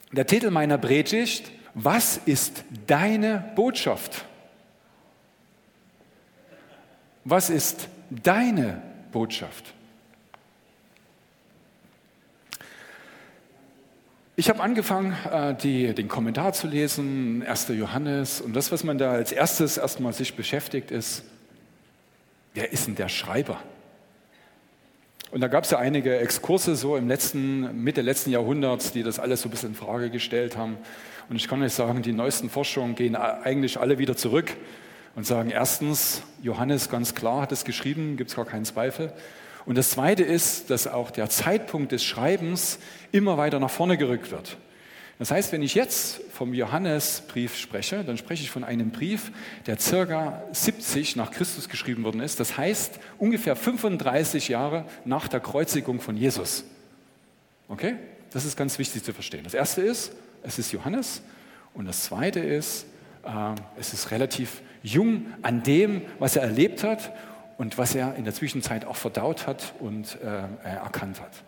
Der Titel meiner Predigt: Was ist deine Botschaft? Was ist deine Botschaft? Ich habe angefangen, den Kommentar zu lesen, 1. Johannes, und das, was man da als erstes erstmal sich beschäftigt, ist, wer ist denn der Schreiber? Und da gab es ja einige Exkurse so Mitte letzten Jahrhunderts, die das alles so ein bisschen in Frage gestellt haben. Und ich kann euch sagen, die neuesten Forschungen gehen eigentlich alle wieder zurück und sagen, erstens, Johannes ganz klar hat es geschrieben, gibt es gar keinen Zweifel. Und das Zweite ist, dass auch der Zeitpunkt des Schreibens immer weiter nach vorne gerückt wird. Das heißt, wenn ich jetzt vom Johannesbrief spreche, dann spreche ich von einem Brief, der ca. 70 nach Christus geschrieben worden ist. Das heißt, ungefähr 35 Jahre nach der Kreuzigung von Jesus. Okay? Das ist ganz wichtig zu verstehen. Das Erste ist, es ist Johannes. Und das Zweite ist, es ist relativ jung an dem, was er erlebt hat und was er in der Zwischenzeit auch verdaut hat und erkannt hat.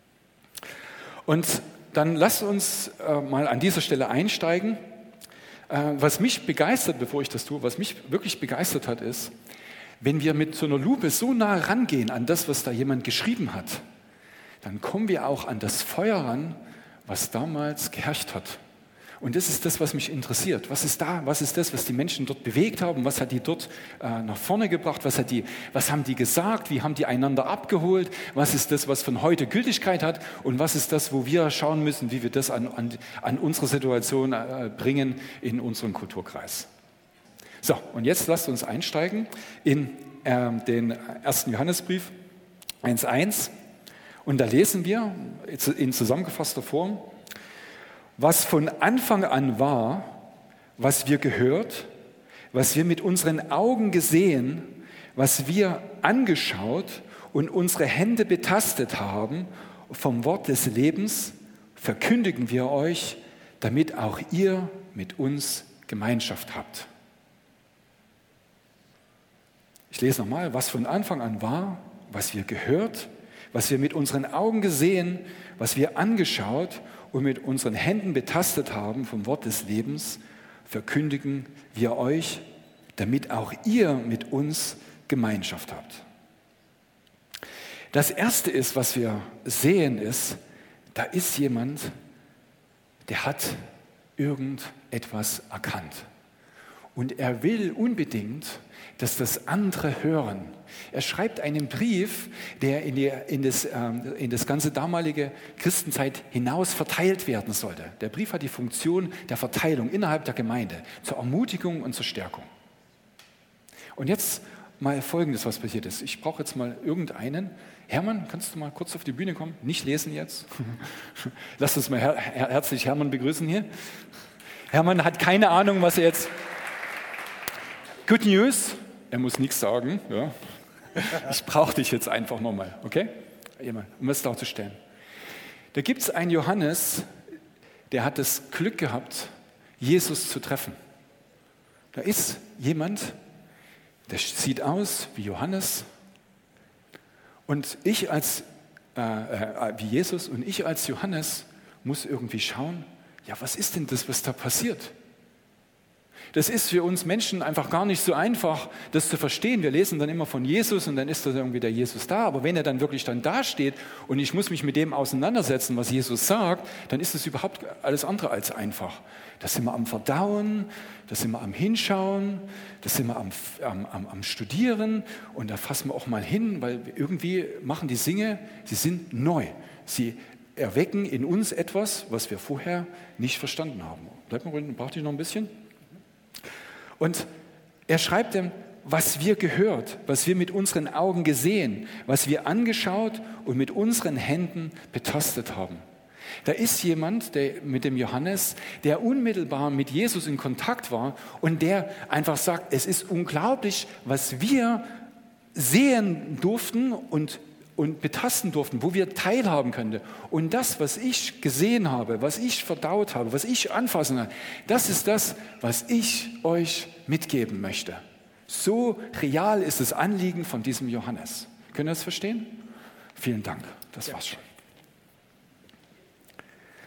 Und dann lasst uns mal an dieser Stelle einsteigen. Was mich begeistert, bevor ich das tue, was mich wirklich begeistert hat, ist, wenn wir mit so einer Lupe so nah rangehen an das, was da jemand geschrieben hat, dann kommen wir auch an das Feuer ran, was damals geherrscht hat. Und das ist das, was mich interessiert. Was ist da? Was ist das, was die Menschen dort bewegt haben? Was hat die dort nach vorne gebracht? Was haben die gesagt? Wie haben die einander abgeholt? Was ist das, was von heute Gültigkeit hat? Und was ist das, wo wir schauen müssen, wie wir das an unsere Situation bringen in unseren Kulturkreis? So, und jetzt lasst uns einsteigen in den 1. Johannesbrief 1,1. Und da lesen wir in zusammengefasster Form: Was von Anfang an war, was wir gehört, was wir mit unseren Augen gesehen, was wir angeschaut und unsere Hände betastet haben, vom Wort des Lebens, verkündigen wir euch, damit auch ihr mit uns Gemeinschaft habt. Ich lese nochmal: Was von Anfang an war, was wir gehört, was wir mit unseren Augen gesehen, was wir angeschaut und mit unseren Händen betastet haben vom Wort des Lebens, verkündigen wir euch, damit auch ihr mit uns Gemeinschaft habt. Das Erste ist, was wir sehen, ist, da ist jemand, der hat irgendetwas erkannt. Und er will unbedingt, dass das andere hören. Er schreibt einen Brief, der in das ganze damalige Christenzeit hinaus verteilt werden sollte. Der Brief hat die Funktion der Verteilung innerhalb der Gemeinde, zur Ermutigung und zur Stärkung. Und jetzt mal Folgendes, was passiert ist. Ich brauche jetzt mal irgendeinen. Hermann, kannst du mal kurz auf die Bühne kommen? Nicht lesen jetzt. Lass uns mal herzlich Hermann begrüßen hier. Hermann hat keine Ahnung, was er jetzt... Good News, er muss nichts sagen. Ja. Ich brauche dich jetzt einfach nochmal, okay? Um es darzustellen. Da gibt es einen Johannes, der hat das Glück gehabt, Jesus zu treffen. Da ist jemand, der sieht aus wie Johannes und wie Jesus, und ich als Johannes muss irgendwie schauen, ja, was ist denn das, was da passiert? Das ist für uns Menschen einfach gar nicht so einfach, das zu verstehen. Wir lesen dann immer von Jesus und dann ist da irgendwie der Jesus da. Aber wenn er dann wirklich dann dasteht und ich muss mich mit dem auseinandersetzen, was Jesus sagt, dann ist es überhaupt alles andere als einfach. Da sind wir am Verdauen, da sind wir am Hinschauen, da sind wir am Studieren, und da fassen wir auch mal hin, weil irgendwie machen die Dinge, sie sind neu. Sie erwecken in uns etwas, was wir vorher nicht verstanden haben. Bleibt mal ruhig, braucht ihr noch ein bisschen? Und er schreibt dann, was wir gehört, was wir mit unseren Augen gesehen, was wir angeschaut und mit unseren Händen betastet haben. Da ist jemand, der mit dem Johannes, der unmittelbar mit Jesus in Kontakt war und der einfach sagt, es ist unglaublich, was wir sehen durften und betasten durften, wo wir teilhaben können. Und das, was ich gesehen habe, was ich verdaut habe, was ich anfassen kann, das ist das, was ich euch mitgeben möchte. So real ist das Anliegen von diesem Johannes. Können wir das verstehen? Vielen Dank, das war's schon.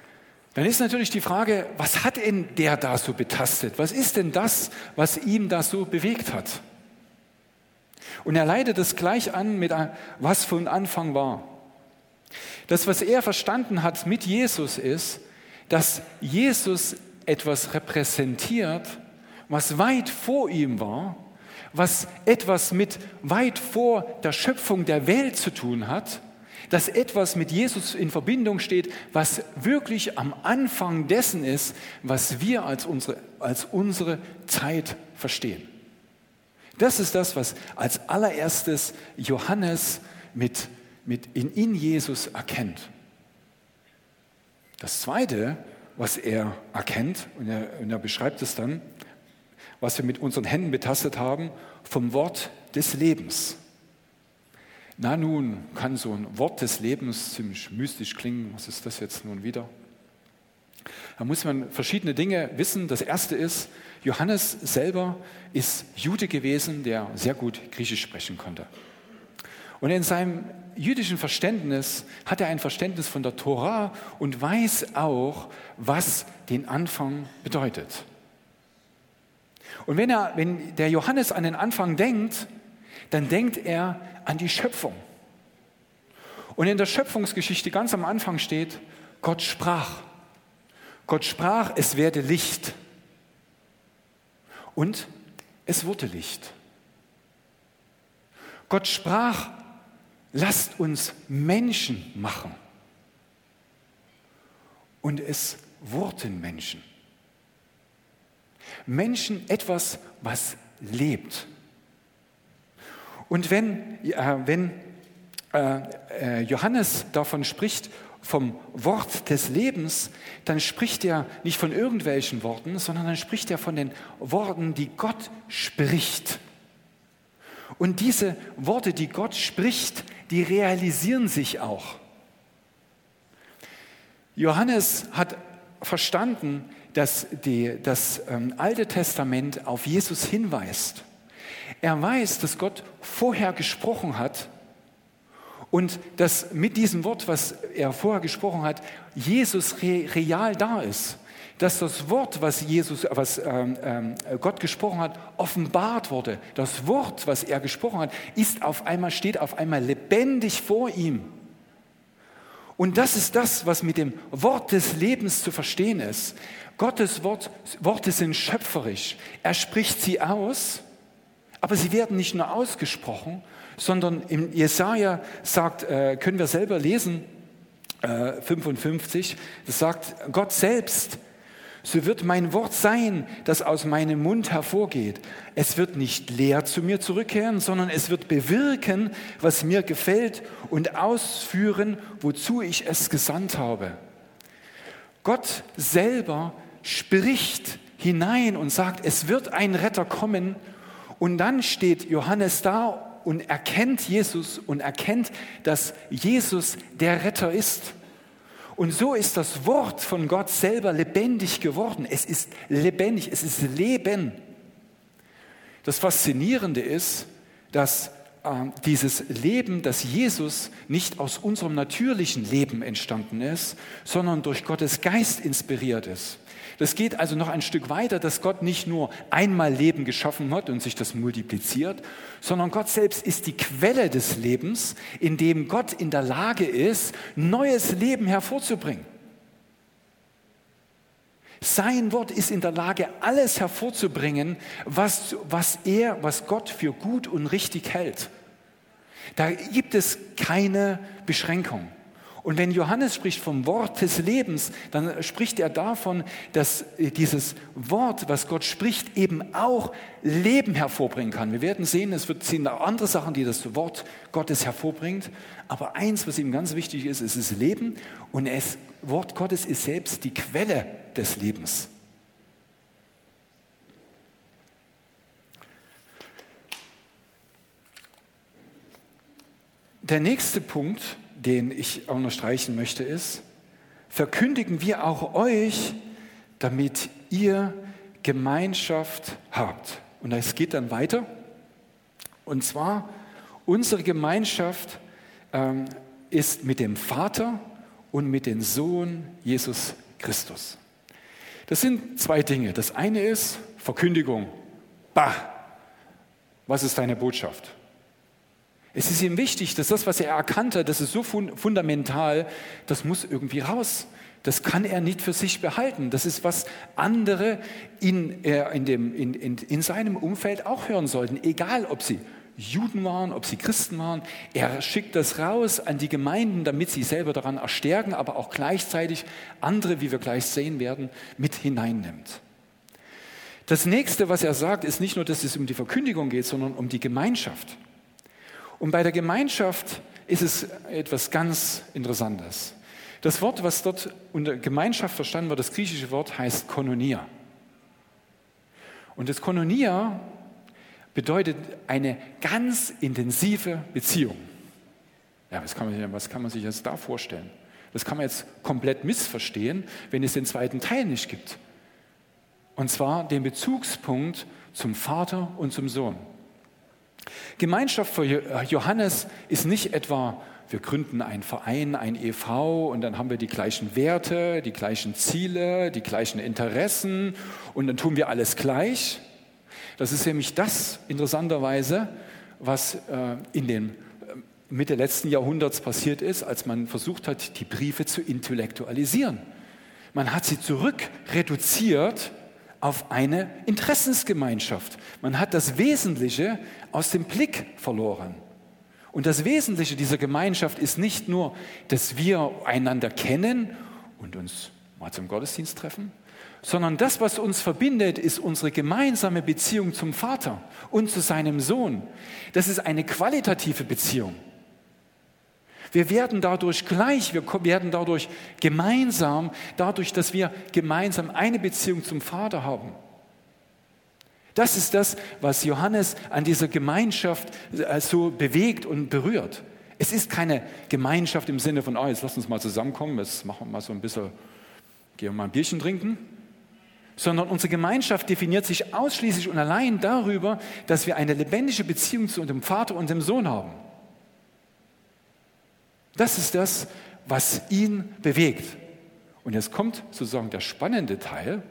Dann ist natürlich die Frage, was hat denn der da so betastet? Was ist denn das, was ihm da so bewegt hat? Und er leitet es gleich an mit, was von Anfang war. Das, was er verstanden hat mit Jesus, ist, dass Jesus etwas repräsentiert, was weit vor ihm war, was etwas mit weit vor der Schöpfung der Welt zu tun hat, dass etwas mit Jesus in Verbindung steht, was wirklich am Anfang dessen ist, was wir als unsere Zeit verstehen. Das ist das, was als allererstes Johannes in Jesus erkennt. Das Zweite, was er erkennt, und er beschreibt es dann, was wir mit unseren Händen betastet haben, vom Wort des Lebens. Na nun, kann so ein Wort des Lebens ziemlich mystisch klingen. Was ist das jetzt nun wieder? Da muss man verschiedene Dinge wissen. Das erste ist, Johannes selber ist Jude gewesen, der sehr gut Griechisch sprechen konnte. Und in seinem jüdischen Verständnis hat er ein Verständnis von der Tora und weiß auch, was den Anfang bedeutet. Und wenn der Johannes an den Anfang denkt, dann denkt er an die Schöpfung. Und in der Schöpfungsgeschichte ganz am Anfang steht, Gott sprach. Gott sprach, es werde Licht. Und es wurde Licht. Gott sprach, lasst uns Menschen machen. Und es wurden Menschen. Menschen, etwas, was lebt. Und wenn Johannes davon spricht, vom Wort des Lebens, dann spricht er nicht von irgendwelchen Worten, sondern dann spricht er von den Worten, die Gott spricht. Und diese Worte, die Gott spricht, die realisieren sich auch. Johannes hat verstanden, dass das Alte Testament auf Jesus hinweist. Er weiß, dass Gott vorher gesprochen hat und dass mit diesem Wort, was er vorher gesprochen hat, Jesus real da ist. Dass das Wort, was Gott gesprochen hat, offenbart wurde. Das Wort, was er gesprochen hat, steht auf einmal lebendig vor ihm. Und das ist das, was mit dem Wort des Lebens zu verstehen ist. Gottes Worte sind schöpferisch. Er spricht sie aus, aber sie werden nicht nur ausgesprochen, sondern im Jesaja können wir selber lesen, 55, das sagt Gott selbst, so wird mein Wort sein, das aus meinem Mund hervorgeht. Es wird nicht leer zu mir zurückkehren, sondern es wird bewirken, was mir gefällt und ausführen, wozu ich es gesandt habe. Gott selber spricht hinein und sagt, es wird ein Retter kommen. Und dann steht Johannes da und erkennt Jesus und erkennt, dass Jesus der Retter ist. Und so ist das Wort von Gott selber lebendig geworden. Es ist lebendig, es ist Leben. Das Faszinierende ist, dass dieses Leben, das Jesus nicht aus unserem natürlichen Leben entstanden ist, sondern durch Gottes Geist inspiriert ist. Das geht also noch ein Stück weiter, dass Gott nicht nur einmal Leben geschaffen hat und sich das multipliziert, sondern Gott selbst ist die Quelle des Lebens, in dem Gott in der Lage ist, neues Leben hervorzubringen. Sein Wort ist in der Lage, alles hervorzubringen, was Gott für gut und richtig hält. Da gibt es keine Beschränkung. Und wenn Johannes spricht vom Wort des Lebens, dann spricht er davon, dass dieses Wort, was Gott spricht, eben auch Leben hervorbringen kann. Wir werden sehen, es sind auch andere Sachen, die das Wort Gottes hervorbringt. Aber eins, was ihm ganz wichtig ist, es ist Leben und das Wort Gottes ist selbst die Quelle des Lebens. Der nächste Punkt, den ich auch unterstreichen möchte, ist, verkündigen wir auch euch, damit ihr Gemeinschaft habt. Und es geht dann weiter. Und zwar, unsere Gemeinschaft ist mit dem Vater und mit dem Sohn Jesus Christus. Das sind zwei Dinge. Das eine ist Verkündigung. Bah, was ist deine Botschaft? Es ist ihm wichtig, dass das, was er erkannt hat, das ist so fundamental, das muss irgendwie raus. Das kann er nicht für sich behalten. Das ist, was andere in seinem Umfeld auch hören sollten, egal ob sie Juden waren, ob sie Christen waren. Er schickt das raus an die Gemeinden, damit sie selber daran erstärken, aber auch gleichzeitig andere, wie wir gleich sehen werden, mit hineinnimmt. Das nächste, was er sagt, ist nicht nur, dass es um die Verkündigung geht, sondern um die Gemeinschaft. Und bei der Gemeinschaft ist es etwas ganz Interessantes. Das Wort, was dort unter Gemeinschaft verstanden wird, das griechische Wort heißt Koinonia. Und das Koinonia bedeutet eine ganz intensive Beziehung. Ja, was kann man sich jetzt da vorstellen? Das kann man jetzt komplett missverstehen, wenn es den zweiten Teil nicht gibt. Und zwar den Bezugspunkt zum Vater und zum Sohn. Gemeinschaft für Johannes ist nicht etwa, wir gründen einen Verein, ein e.V. und dann haben wir die gleichen Werte, die gleichen Ziele, die gleichen Interessen und dann tun wir alles gleich. Das ist nämlich das, interessanterweise, was in den Mitte letzten Jahrhunderts passiert ist, als man versucht hat, die Briefe zu intellektualisieren. Man hat sie zurück reduziert auf eine Interessensgemeinschaft. Man hat das Wesentliche aus dem Blick verloren. Und das Wesentliche dieser Gemeinschaft ist nicht nur, dass wir einander kennen und uns mal zum Gottesdienst treffen, sondern das, was uns verbindet, ist unsere gemeinsame Beziehung zum Vater und zu seinem Sohn. Das ist eine qualitative Beziehung. Wir werden dadurch gleich, wir werden dadurch gemeinsam, dadurch, dass wir gemeinsam eine Beziehung zum Vater haben. Das ist das, was Johannes an dieser Gemeinschaft so bewegt und berührt. Es ist keine Gemeinschaft im Sinne von, jetzt lass uns mal zusammenkommen, jetzt machen wir mal so ein bisschen, gehen wir mal ein Bierchen trinken. Sondern unsere Gemeinschaft definiert sich ausschließlich und allein darüber, dass wir eine lebendige Beziehung zu dem Vater und dem Sohn haben. Das ist das, was ihn bewegt. Und jetzt kommt sozusagen der spannende Teil,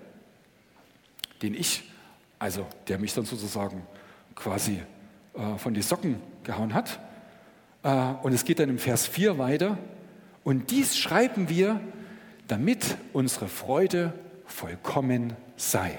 der mich dann sozusagen quasi von die Socken gehauen hat. Und es geht dann im Vers 4 weiter. Und dies schreiben wir, damit unsere Freude vollkommen sei.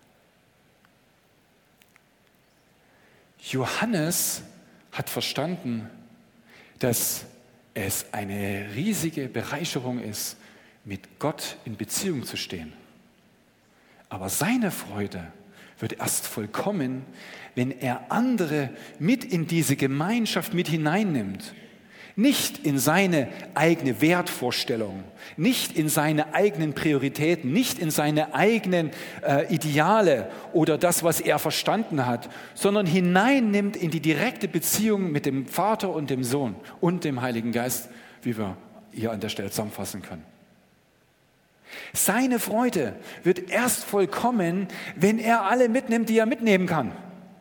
Johannes hat verstanden, dass es eine riesige Bereicherung ist, mit Gott in Beziehung zu stehen. Aber seine Freude wird erst vollkommen, wenn er andere mit in diese Gemeinschaft mit hineinnimmt. Nicht in seine eigene Wertvorstellung, nicht in seine eigenen Prioritäten, nicht in seine eigenen Ideale oder das, was er verstanden hat, sondern hineinnimmt in die direkte Beziehung mit dem Vater und dem Sohn und dem Heiligen Geist, wie wir hier an der Stelle zusammenfassen können. Seine Freude wird erst vollkommen, wenn er alle mitnimmt, die er mitnehmen kann.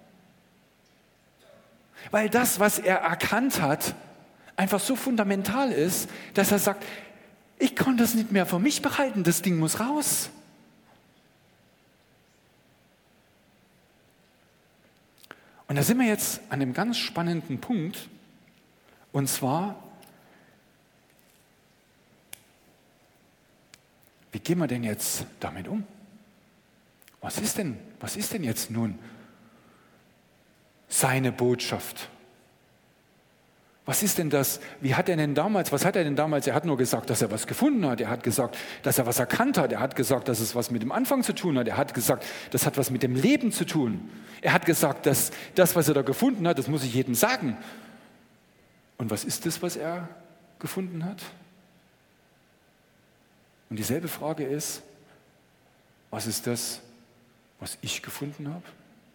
Weil das, was er erkannt hat, einfach so fundamental ist, dass er sagt, ich kann das nicht mehr für mich behalten, das Ding muss raus. Und da sind wir jetzt an einem ganz spannenden Punkt, und zwar, wie gehen wir denn jetzt damit um? Was ist denn jetzt nun seine Botschaft? Was ist denn das? Was hat er denn damals? Er hat nur gesagt, dass er was gefunden hat. Er hat gesagt, dass er was erkannt hat. Er hat gesagt, dass es was mit dem Anfang zu tun hat. Er hat gesagt, das hat was mit dem Leben zu tun. Er hat gesagt, dass das, was er da gefunden hat, das muss ich jedem sagen. Und was ist das, was er gefunden hat? Und dieselbe Frage ist, was ist das, was ich gefunden habe?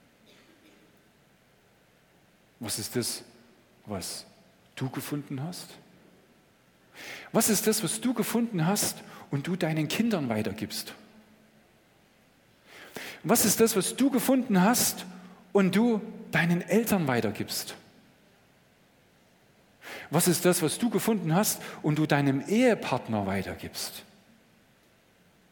Was ist das, was du gefunden hast? Was ist das, was du gefunden hast und du deinen Kindern weitergibst? Was ist das, was du gefunden hast und du deinen Eltern weitergibst? Was ist das, was du gefunden hast und du deinem Ehepartner weitergibst?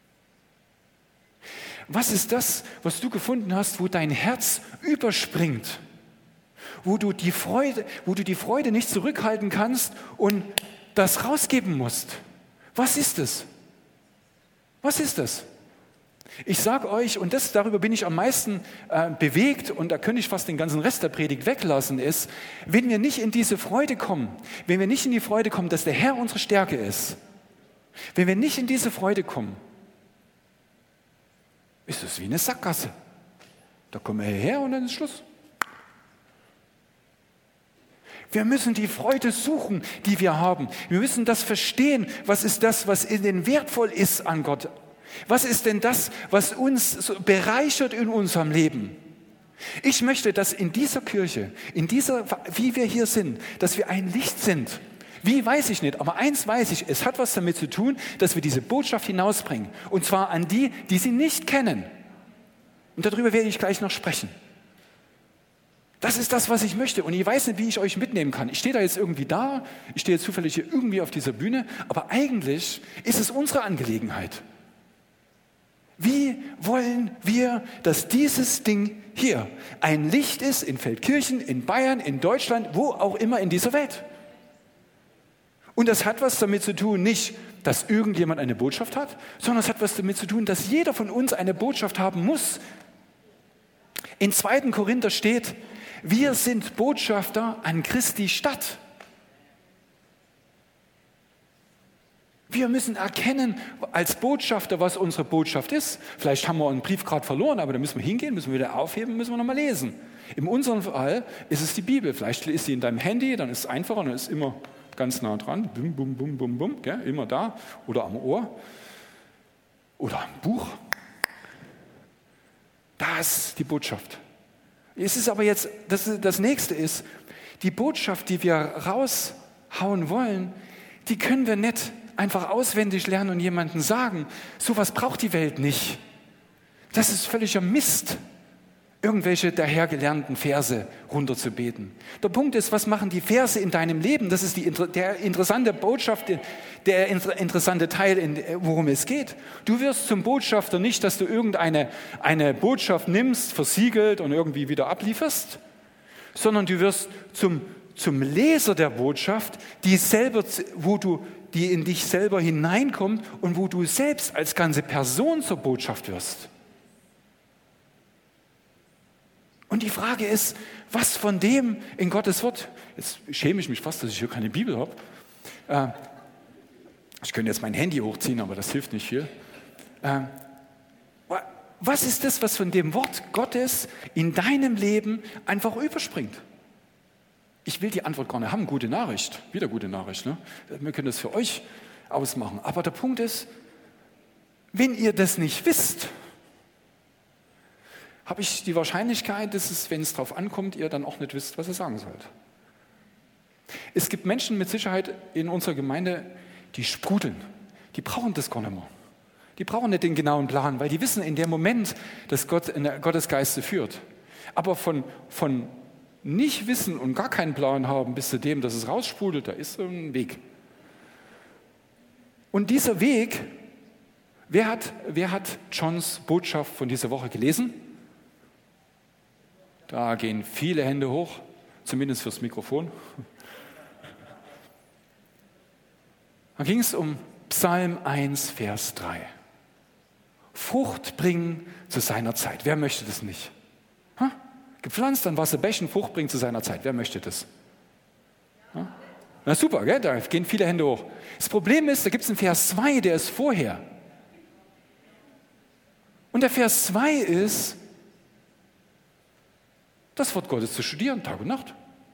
Was ist das, was du gefunden hast, wo dein Herz überspringt? Wo du die Freude nicht zurückhalten kannst und das rausgeben musst? Was ist es? Was ist das? Ich sage euch, und darüber bin ich am meisten bewegt, und da könnte ich fast den ganzen Rest der Predigt weglassen, ist, wenn wir nicht in diese Freude kommen, wenn wir nicht in die Freude kommen, dass der Herr unsere Stärke ist, wenn wir nicht in diese Freude kommen, ist es wie eine Sackgasse. Da kommen wir hierher und dann ist Schluss. Wir müssen die Freude suchen, die wir haben. Wir müssen das verstehen. Was ist das, was denn wertvoll ist an Gott? Was ist denn das, was uns so bereichert in unserem Leben? Ich möchte, dass in dieser Kirche, wie wir hier sind, dass wir ein Licht sind. Wie, weiß ich nicht, aber eins weiß ich, es hat was damit zu tun, dass wir diese Botschaft hinausbringen. Und zwar an die, die sie nicht kennen. Und darüber werde ich gleich noch sprechen. Das ist das, was ich möchte. Und ich weiß nicht, wie ich euch mitnehmen kann. Ich stehe da jetzt irgendwie da, ich stehe jetzt zufällig hier irgendwie auf dieser Bühne, aber eigentlich ist es unsere Angelegenheit. Wie wollen wir, dass dieses Ding hier ein Licht ist in Feldkirchen, in Bayern, in Deutschland, wo auch immer in dieser Welt? Und das hat was damit zu tun, nicht, dass irgendjemand eine Botschaft hat, sondern es hat was damit zu tun, dass jeder von uns eine Botschaft haben muss. In 2. Korinther steht, wir sind Botschafter an Christi Stadt. Wir müssen erkennen als Botschafter, was unsere Botschaft ist. Vielleicht haben wir einen Brief gerade verloren, aber da müssen wir hingehen, müssen wir wieder aufheben, müssen wir nochmal lesen. In unserem Fall ist es die Bibel. Vielleicht ist sie in deinem Handy, dann ist es einfacher, dann ist es immer ganz nah dran. Bum, bum, bum, bum, bum, gell? Immer da. Oder am Ohr. Oder am Buch. Das ist die Botschaft. Es ist aber jetzt, das Nächste ist, die Botschaft, die wir raushauen wollen, die können wir nicht einfach auswendig lernen und jemandem sagen. Sowas braucht die Welt nicht. Das ist völliger Mist, irgendwelche dahergelernten Verse runterzubeten. Der Punkt ist, was machen die Verse in deinem Leben? Das ist der interessante Botschaft, der interessante Teil, worum es geht. Du wirst zum Botschafter nicht, dass du irgendeine Botschaft nimmst, versiegelt und irgendwie wieder ablieferst, sondern du wirst zum Leser der Botschaft, die in dich selber hineinkommt und wo du selbst als ganze Person zur Botschaft wirst. Und die Frage ist, was von dem in Gottes Wort, jetzt schäme ich mich fast, dass ich hier keine Bibel habe. Ich könnte jetzt mein Handy hochziehen, aber das hilft nicht viel. Was ist das, was von dem Wort Gottes in deinem Leben einfach überspringt? Ich will die Antwort gar nicht haben, gute Nachricht, wieder gute Nachricht. Ne? Wir können das für euch ausmachen. Aber der Punkt ist, wenn ihr das nicht wisst, habe ich die Wahrscheinlichkeit, dass es, wenn es darauf ankommt, ihr dann auch nicht wisst, was ihr sagen sollt. Es gibt Menschen mit Sicherheit in unserer Gemeinde, die sprudeln. Die brauchen das gar nicht mehr. Die brauchen nicht den genauen Plan, weil die wissen in dem Moment, dass Gott in der Gottesgeiste führt. Aber von nicht wissen und gar keinen Plan haben bis zu dem, dass es raussprudelt, da ist so ein Weg. Und dieser Weg, wer hat Johns Botschaft von dieser Woche gelesen? Da gehen viele Hände hoch, zumindest fürs Mikrofon. Da ging es um Psalm 1, Vers 3. Frucht bringen zu seiner Zeit. Wer möchte das nicht? Gepflanzt an Wasserbächen, Frucht bringen zu seiner Zeit. Wer möchte das? Na super, gell? Da gehen viele Hände hoch. Das Problem ist, da gibt es einen Vers 2, der ist vorher. Und der Vers 2 ist, das Wort Gottes zu studieren, Tag und Nacht.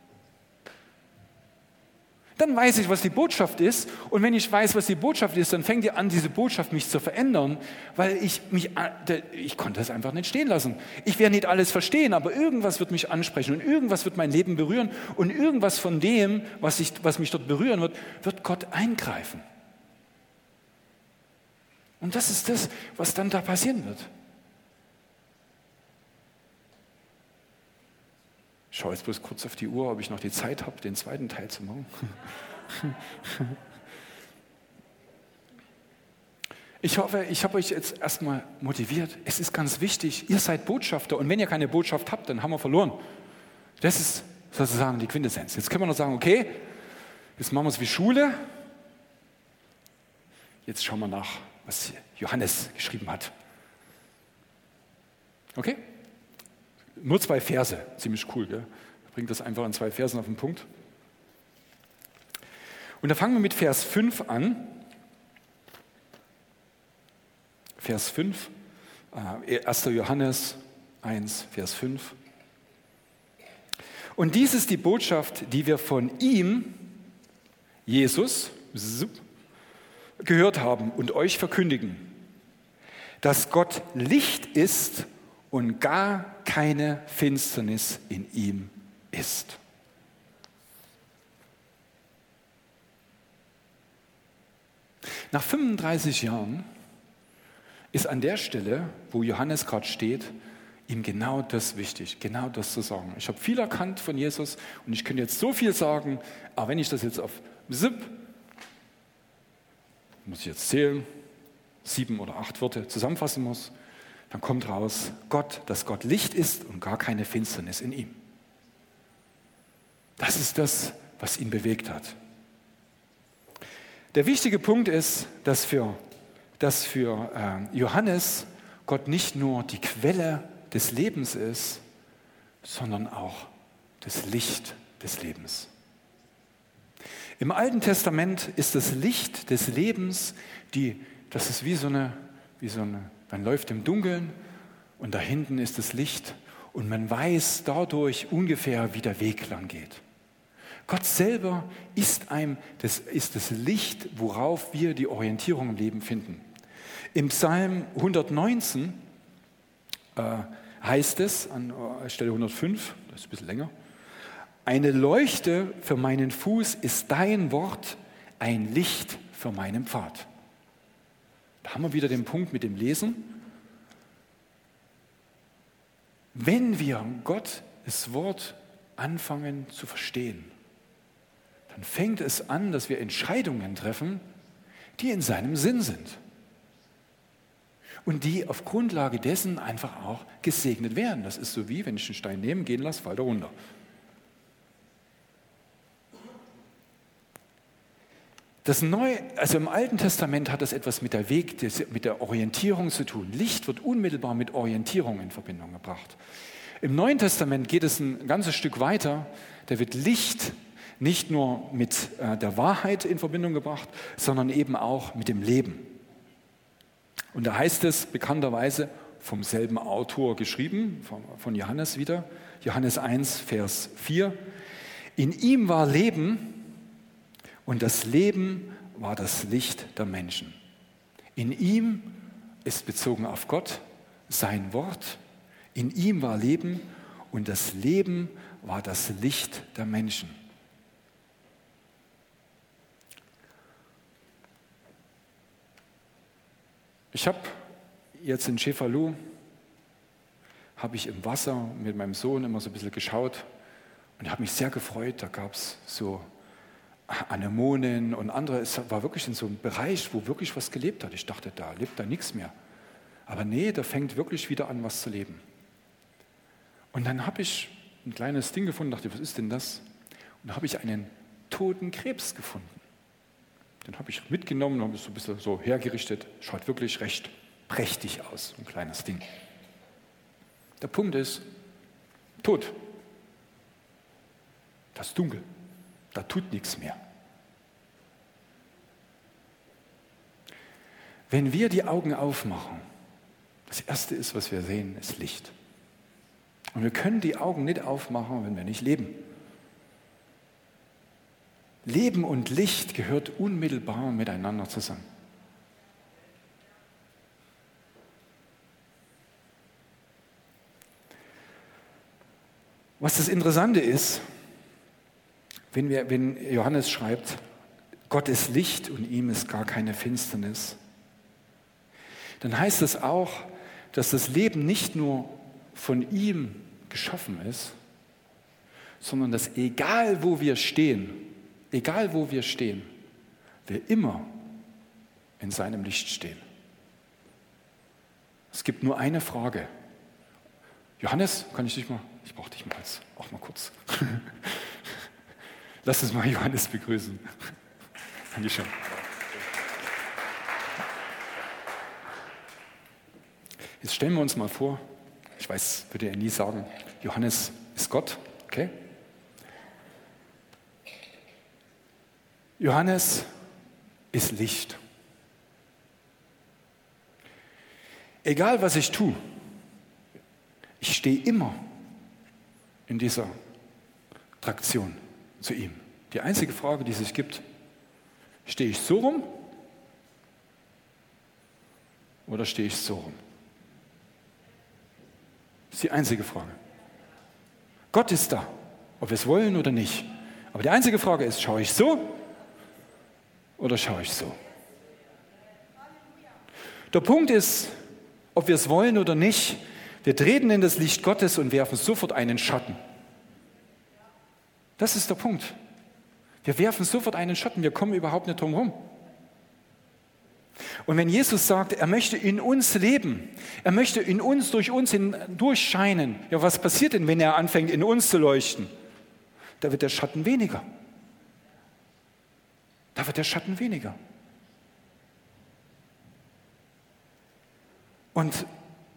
Dann weiß ich, was die Botschaft ist. Und wenn ich weiß, was die Botschaft ist, dann fängt ihr an, diese Botschaft mich zu verändern, weil ich konnte das einfach nicht stehen lassen. Ich werde nicht alles verstehen, aber irgendwas wird mich ansprechen und irgendwas wird mein Leben berühren und irgendwas von dem, was mich dort berühren wird Gott eingreifen. Und das ist das, was dann da passieren wird. Ich schaue jetzt bloß kurz auf die Uhr, ob ich noch die Zeit habe, den zweiten Teil zu machen. Ich hoffe, ich habe euch jetzt erstmal motiviert. Es ist ganz wichtig, ihr seid Botschafter. Und wenn ihr keine Botschaft habt, dann haben wir verloren. Das ist sozusagen die Quintessenz. Jetzt können wir noch sagen, okay, jetzt machen wir es wie Schule. Jetzt schauen wir nach, was Johannes geschrieben hat. Okay? Nur 2 Verse. Ziemlich cool, gell? Bringt das einfach in 2 Versen auf den Punkt. Und da fangen wir mit Vers 5 an. Vers 5, 1. Johannes 1, Vers 5. Und dies ist die Botschaft, die wir von ihm, Jesus, gehört haben und euch verkündigen, dass Gott Licht ist und gar keine Finsternis in ihm ist. Nach 35 Jahren ist an der Stelle, wo Johannes gerade steht, ihm genau das wichtig, genau das zu sagen. Ich habe viel erkannt von Jesus und ich könnte jetzt so viel sagen, aber wenn ich das jetzt auf muss ich jetzt zählen, 7 oder 8 Worte zusammenfassen muss, dann kommt raus, dass Gott Licht ist und gar keine Finsternis in ihm. Das ist das, was ihn bewegt hat. Der wichtige Punkt ist, dass für Johannes Gott nicht nur die Quelle des Lebens ist, sondern auch das Licht des Lebens. Im Alten Testament ist das Licht des Lebens, das ist wie so eine, man läuft im Dunkeln und da hinten ist das Licht und man weiß dadurch ungefähr, wie der Weg lang geht. Gott selber ist das Licht, worauf wir die Orientierung im Leben finden. Im Psalm 119 heißt es, an Stelle 105, das ist ein bisschen länger, eine Leuchte für meinen Fuß ist dein Wort, ein Licht für meinen Pfad. Da haben wir wieder den Punkt mit dem Lesen. Wenn wir Gottes Wort anfangen zu verstehen, dann fängt es an, dass wir Entscheidungen treffen, die in seinem Sinn sind. Und die auf Grundlage dessen einfach auch gesegnet werden. Das ist so wie, wenn ich einen Stein nehme, gehen lasse, fällt er runter. Also im Alten Testament hat das etwas mit der Orientierung zu tun. Licht wird unmittelbar mit Orientierung in Verbindung gebracht. Im Neuen Testament geht es ein ganzes Stück weiter. Da wird Licht nicht nur mit der Wahrheit in Verbindung gebracht, sondern eben auch mit dem Leben. Und da heißt es bekannterweise vom selben Autor geschrieben, von Johannes wieder, Johannes 1, Vers 4. In ihm war Leben und das Leben war das Licht der Menschen. In ihm ist bezogen auf Gott sein Wort. In ihm war Leben und das Leben war das Licht der Menschen. Ich habe jetzt in Cefalù, habe ich im Wasser mit meinem Sohn immer so ein bisschen geschaut und habe mich sehr gefreut. Da gab es so Anemonen und andere. Es war wirklich in so einem Bereich, wo wirklich was gelebt hat. Ich dachte, da lebt da nichts mehr. Aber nee, da fängt wirklich wieder an, was zu leben. Und dann habe ich ein kleines Ding gefunden, dachte, was ist denn das? Und da habe ich einen toten Krebs gefunden. Den habe ich mitgenommen, habe es so ein bisschen so hergerichtet. Schaut wirklich recht prächtig aus, ein kleines Ding. Der Punkt ist, tot. Das ist dunkel. Da tut nichts mehr. Wenn wir die Augen aufmachen, das Erste ist, was wir sehen, ist Licht. Und wir können die Augen nicht aufmachen, wenn wir nicht leben. Leben und Licht gehört unmittelbar miteinander zusammen. Was das Interessante ist, wenn Johannes schreibt, Gott ist Licht und ihm ist gar keine Finsternis, dann heißt es auch, dass das Leben nicht nur von ihm geschaffen ist, sondern dass egal wo wir stehen, wir immer in seinem Licht stehen. gibt nur eine Frage. Johannes, ich brauche dich auch mal kurz. Lass uns mal Johannes begrüßen. Dankeschön. Jetzt stellen wir uns mal vor, ich weiß, würde er nie sagen, Johannes ist Gott, okay? Johannes ist Licht. Egal, was ich tue, ich stehe immer in dieser Traktion zu ihm. Die einzige Frage, die sich gibt, stehe ich so rum oder stehe ich so rum? Das ist die einzige Frage. Gott ist da, ob wir es wollen oder nicht. Aber die einzige Frage ist, schaue ich so oder schaue ich so? Der Punkt ist, ob wir es wollen oder nicht, wir treten in das Licht Gottes und werfen sofort einen Schatten. Das ist der Punkt. Wir werfen sofort einen Schatten, wir kommen überhaupt nicht drum herum. Und wenn Jesus sagt, er möchte in uns leben, er möchte in uns, durch uns hindurchscheinen, ja, was passiert denn, wenn er anfängt, in uns zu leuchten? Da wird der Schatten weniger. Da wird der Schatten weniger. Und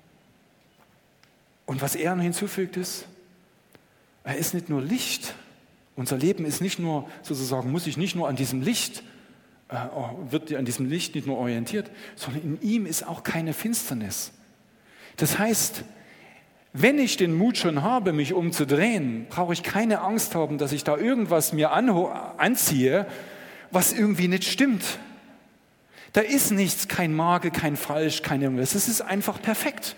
was er hinzufügt ist, er ist nicht nur Licht. Unser Leben ist nicht nur, sozusagen, muss sich nicht nur an diesem Licht, wird an diesem Licht nicht nur orientiert, sondern in ihm ist auch keine Finsternis. Das heißt, wenn ich den Mut schon habe, mich umzudrehen, brauche ich keine Angst haben, dass ich da irgendwas mir anziehe, was irgendwie nicht stimmt. Da ist nichts, kein Makel, kein Falsch, kein irgendwas. Es ist einfach perfekt.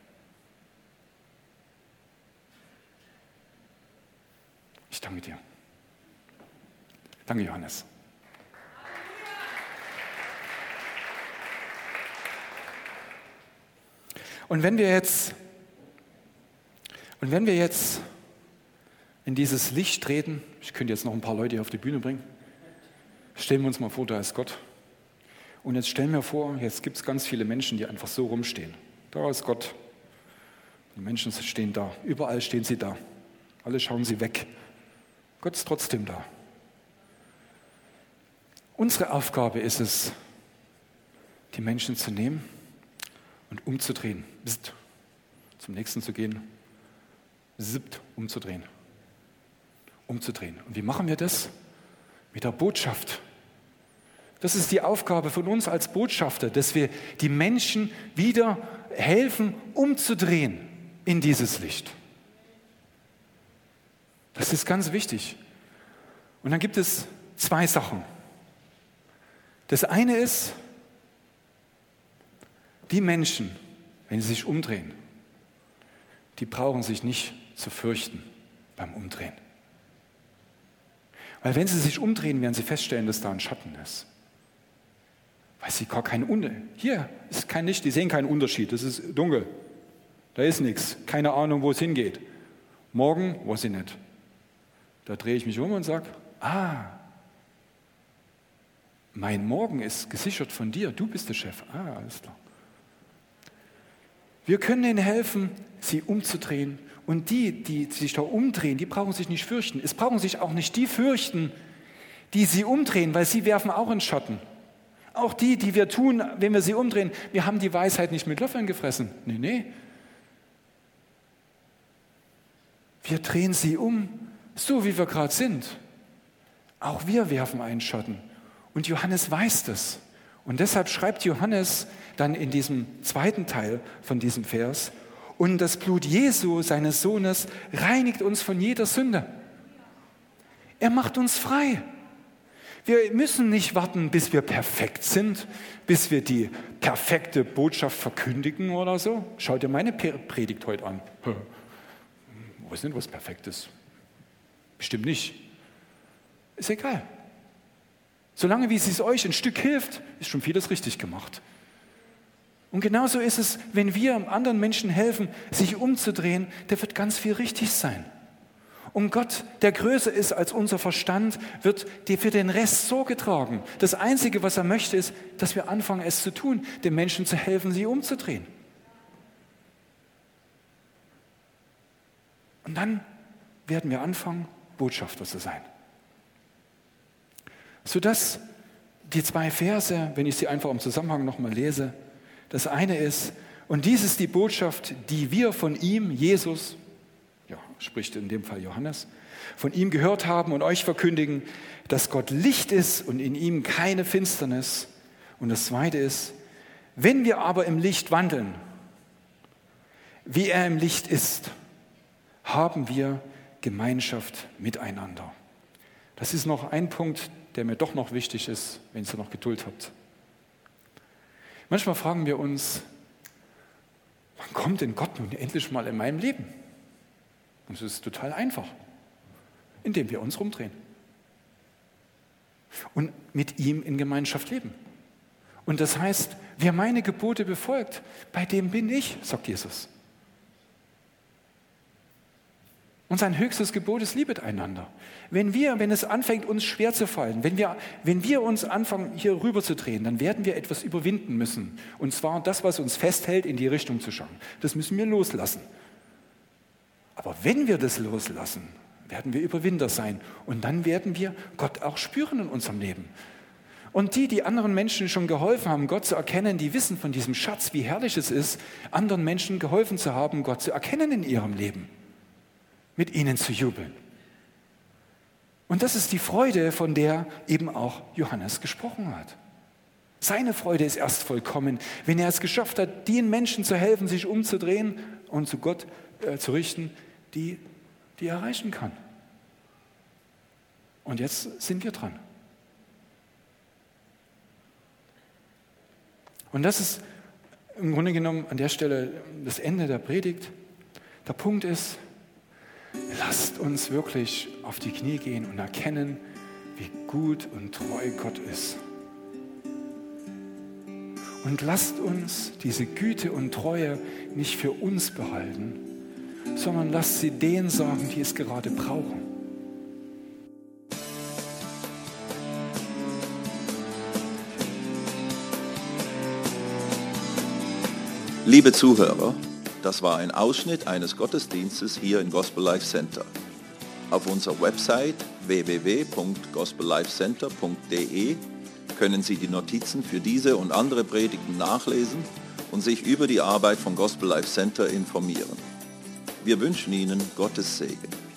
Ich danke dir. Danke, Johannes. Und wenn wir jetzt in dieses Licht treten, ich könnte jetzt noch ein paar Leute hier auf die Bühne bringen, stellen wir uns mal vor, da ist Gott. Und jetzt stellen wir vor, jetzt gibt es ganz viele Menschen, die einfach so rumstehen. Da ist Gott. Die Menschen stehen da. Überall stehen sie da. Alle schauen sie weg. Gott ist trotzdem da. Unsere Aufgabe ist es, die Menschen zu nehmen und umzudrehen. Zum nächsten zu gehen. Umzudrehen. Umzudrehen. Und wie machen wir das? Mit der Botschaft. Das ist die Aufgabe von uns als Botschafter, dass wir die Menschen wieder helfen, umzudrehen in dieses Licht. Das ist ganz wichtig. Und dann gibt es 2 Sachen. Das eine ist, die Menschen, wenn sie sich umdrehen, die brauchen sich nicht zu fürchten beim Umdrehen. Weil wenn sie sich umdrehen, werden sie feststellen, dass da ein Schatten ist. Weil sie gar keinen Unterschied. Hier ist kein Licht, die sehen keinen Unterschied. Das ist dunkel. Da ist nichts. Keine Ahnung, wo es hingeht. Morgen weiß ich nicht. Da drehe ich mich um und sage, mein Morgen ist gesichert von dir. Du bist der Chef. Alles klar. Wir können ihnen helfen, sie umzudrehen. Und die sich da umdrehen, die brauchen sich nicht fürchten. Es brauchen sich auch nicht die fürchten, die sie umdrehen, weil sie werfen auch in Schatten. Auch die wir tun, wenn wir sie umdrehen, wir haben die Weisheit nicht mit Löffeln gefressen. Nee. Wir drehen sie um, so wie wir gerade sind. Auch wir werfen einen Schatten. Und Johannes weiß das. Und deshalb schreibt Johannes dann in diesem 2. Teil von diesem Vers, und das Blut Jesu, seines Sohnes, reinigt uns von jeder Sünde. Er macht uns frei. Wir müssen nicht warten, bis wir perfekt sind, bis wir die perfekte Botschaft verkündigen oder so. Schaut dir meine Predigt heute an. Wo ist denn was Perfektes? Bestimmt nicht. Ist egal. Solange wie es euch ein Stück hilft, ist schon vieles richtig gemacht. Und genauso ist es, wenn wir anderen Menschen helfen, sich umzudrehen, da wird ganz viel richtig sein. Und Gott, der größer ist als unser Verstand, wird dir für den Rest Sorge tragen. Das Einzige, was er möchte, ist, dass wir anfangen, es zu tun, den Menschen zu helfen, sie umzudrehen. Und dann werden wir anfangen, Botschafter zu sein. Sodass die 2 Verse, wenn ich sie einfach im Zusammenhang nochmal lese, das eine ist, und dies ist die Botschaft, die wir von ihm, Jesus, ja, spricht in dem Fall Johannes, von ihm gehört haben und euch verkündigen, dass Gott Licht ist und in ihm keine Finsternis. Und das zweite ist, wenn wir aber im Licht wandeln, wie er im Licht ist, haben wir Gemeinschaft miteinander. Das ist noch ein Punkt, der mir doch noch wichtig ist, wenn ihr noch Geduld habt. Manchmal fragen wir uns, wann kommt denn Gott nun endlich mal in meinem Leben? Und es ist total einfach, indem wir uns rumdrehen und mit ihm in Gemeinschaft leben. Und das heißt, wer meine Gebote befolgt, bei dem bin ich, sagt Jesus. Und sein höchstes Gebot ist, liebet einander. Wenn es anfängt, uns schwer zu fallen, wenn wir uns anfangen, hier rüber zu drehen, dann werden wir etwas überwinden müssen. Und zwar das, was uns festhält, in die Richtung zu schauen. Das müssen wir loslassen. Aber wenn wir das loslassen, werden wir Überwinder sein. Und dann werden wir Gott auch spüren in unserem Leben. Und die anderen Menschen schon geholfen haben, Gott zu erkennen, die wissen von diesem Schatz, wie herrlich es ist, anderen Menschen geholfen zu haben, Gott zu erkennen in ihrem Leben. Mit ihnen zu jubeln. Und das ist die Freude, von der eben auch Johannes gesprochen hat. Seine Freude ist erst vollkommen, wenn er es geschafft hat, den Menschen zu helfen, sich umzudrehen und zu Gott zu richten, die er erreichen kann. Und jetzt sind wir dran. Und das ist im Grunde genommen an der Stelle das Ende der Predigt. Der Punkt ist, lasst uns wirklich auf die Knie gehen und erkennen, wie gut und treu Gott ist. Und lasst uns diese Güte und Treue nicht für uns behalten, sondern lasst sie denen sagen, die es gerade brauchen. Liebe Zuhörer, das war ein Ausschnitt eines Gottesdienstes hier im Gospel Life Center. Auf unserer Website www.gospellifecenter.de können Sie die Notizen für diese und andere Predigten nachlesen und sich über die Arbeit vom Gospel Life Center informieren. Wir wünschen Ihnen Gottes Segen.